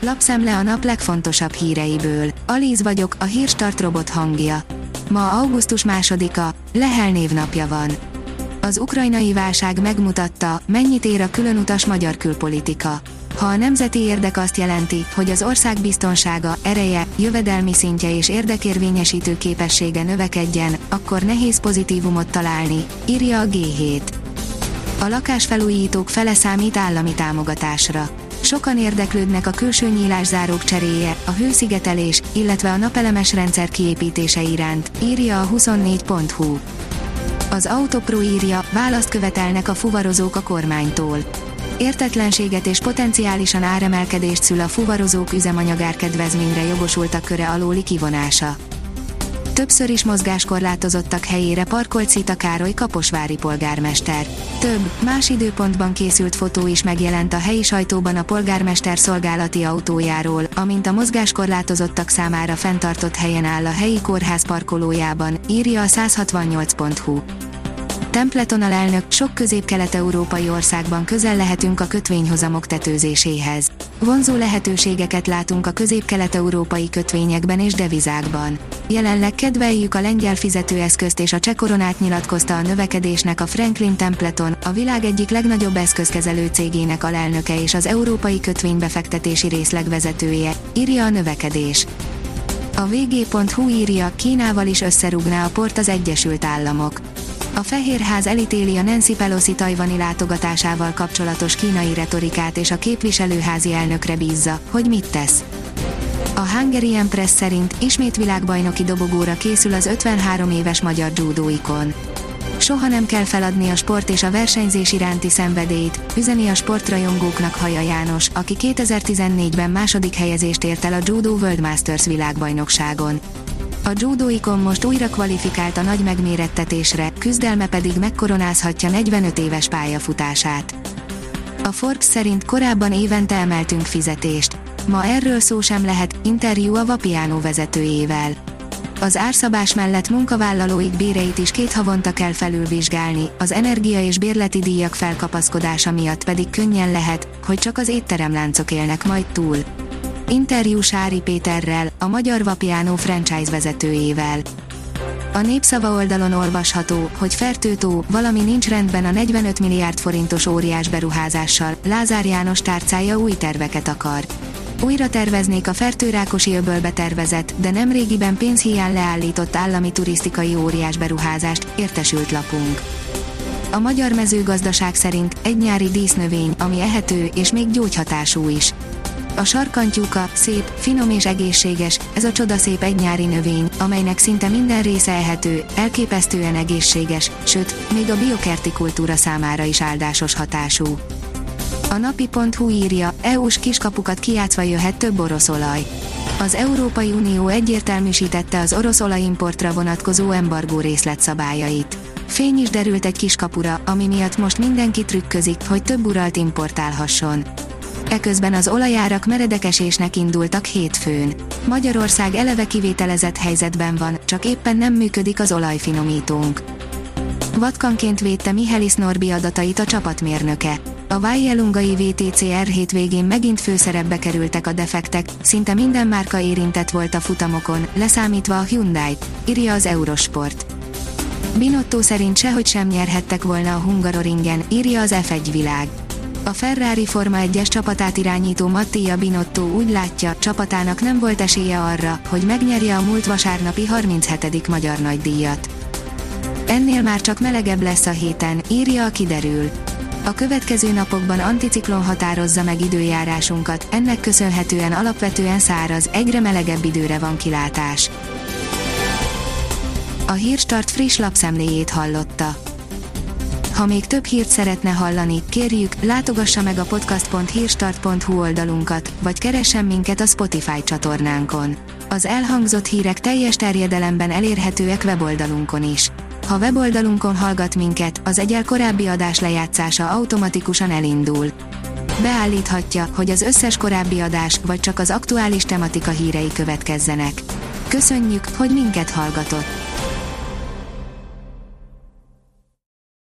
Lapszemle a nap legfontosabb híreiből. Alíz vagyok, a Hírstart robot hangja. Ma augusztus 2-a, Lehel névnapja van. Az ukrajnai válság megmutatta, mennyit ér a különutas magyar külpolitika. Ha a nemzeti érdek azt jelenti, hogy az ország biztonsága, ereje, jövedelmi szintje és érdekérvényesítő képessége növekedjen, akkor nehéz pozitívumot találni, írja a G7. A lakásfelújítók fele számít állami támogatásra. Sokan érdeklődnek a külső nyílászárók cseréje, a hőszigetelés, illetve a napelemes rendszer kiépítése iránt, írja a 24.hu. Az Autopro írja, választ követelnek a fuvarozók a kormánytól. Értetlenséget és potenciálisan áremelkedést szül a fuvarozók üzemanyagárkedvezményre jogosultak köre alóli kivonása. Többször is mozgáskorlátozottak helyére parkolt Szita Károly kaposvári polgármester. Több, más időpontban készült fotó is megjelent a helyi sajtóban a polgármester szolgálati autójáról, amint a mozgáskorlátozottak számára fenntartott helyen áll a helyi kórház parkolójában, írja a 168.hu. Templeton alelnök, sok közép-kelet-európai országban közel lehetünk a kötvényhozamok tetőzéséhez. Vonzó lehetőségeket látunk a közép-kelet-európai kötvényekben és devizákban. Jelenleg kedveljük a lengyel fizetőeszközt és a cseh koronát, nyilatkozta a növekedésnek a Franklin Templeton, a világ egyik legnagyobb eszközkezelő cégének alelnöke és az európai kötvénybefektetési részleg vezetője, írja a növekedés. A vg.hu írja, Kínával is összerúgná a port az Egyesült Államok. A Fehérház elítéli a Nancy Pelosi tajvani látogatásával kapcsolatos kínai retorikát és a képviselőházi elnökre bízza, hogy mit tesz. A Hungarian Press szerint ismét világbajnoki dobogóra készül az 53 éves magyar judóikon. Soha nem kell feladni a sport és a versenyzés iránti szenvedélyt, üzeni a sportrajongóknak Haja János, aki 2014-ben második helyezést ért el a Judo World Masters világbajnokságon. A judóikon most újra kvalifikált a nagy megmérettetésre, küzdelme pedig megkoronázhatja 45 éves pályafutását. A Forbes szerint korábban évente emeltünk fizetést. Ma erről szó sem lehet, interjú a Vapiano vezetőjével. Az árszabás mellett munkavállalóik béreit is 2 havonta kell felülvizsgálni, az energia és bérleti díjak felkapaszkodása miatt pedig könnyen lehet, hogy csak az étteremláncok élnek majd túl. Interjú Sári Péterrel, a Magyar Vapiano franchise vezetőjével. A Népszava oldalon olvasható, hogy Fertőtó, valami nincs rendben a 45 milliárd forintos óriás beruházással, Lázár János tárcája új terveket akar. Újra terveznék a Fertőrákosi-öbölbe tervezett, de nemrégiben pénzhiány leállított állami turisztikai óriás beruházást, értesült lapunk. A magyar mezőgazdaság szerint egy nyári dísznövény, ami ehető és még gyógyhatású is. A sarkantyúka, szép, finom és egészséges, ez a csodaszép egynyári növény, amelynek szinte minden része ehető, elképesztően egészséges, sőt, még a biokerti kultúra számára is áldásos hatású. A napi.hu írja, EU-s kiskapukat kijátszva jöhet több orosz olaj. Az Európai Unió egyértelműsítette az orosz olajimportra vonatkozó embargó részletszabályait. Fény is derült egy kiskapura, ami miatt most mindenki trükközik, hogy több uralt importálhasson. Eközben az olajárak meredek esésnek indultak hétfőn. Magyarország eleve kivételezett helyzetben van, csak éppen nem működik az olajfinomítónk. Vatkanként védte Mihelis Norbi adatait a csapatmérnöke. A Vajjelungai VTCR hétvégén megint főszerepbe kerültek a defektek, szinte minden márka érintett volt a futamokon, leszámítva a Hyundai-t, írja az Eurosport. Binotto szerint sehogy sem nyerhettek volna a Hungaroringen, írja az F1 világ. A Ferrari Forma 1-es csapatát irányító Mattia Binotto úgy látja, csapatának nem volt esélye arra, hogy megnyerje a múlt vasárnapi 37. magyar nagydíjat. Ennél már csak melegebb lesz a héten, írja a Kiderül. A következő napokban anticiklon határozza meg időjárásunkat, ennek köszönhetően alapvetően száraz, egyre melegebb időre van kilátás. A Hírstart friss lapszemléjét hallotta. Ha még több hírt szeretne hallani, kérjük, látogassa meg a podcast.hírstart.hu oldalunkat, vagy keressen minket a Spotify csatornánkon. Az elhangzott hírek teljes terjedelemben elérhetőek weboldalunkon is. Ha weboldalunkon hallgat minket, az egyel korábbi adás lejátszása automatikusan elindul. Beállíthatja, hogy az összes korábbi adás, vagy csak az aktuális tematika hírei következzenek. Köszönjük, hogy minket hallgatott!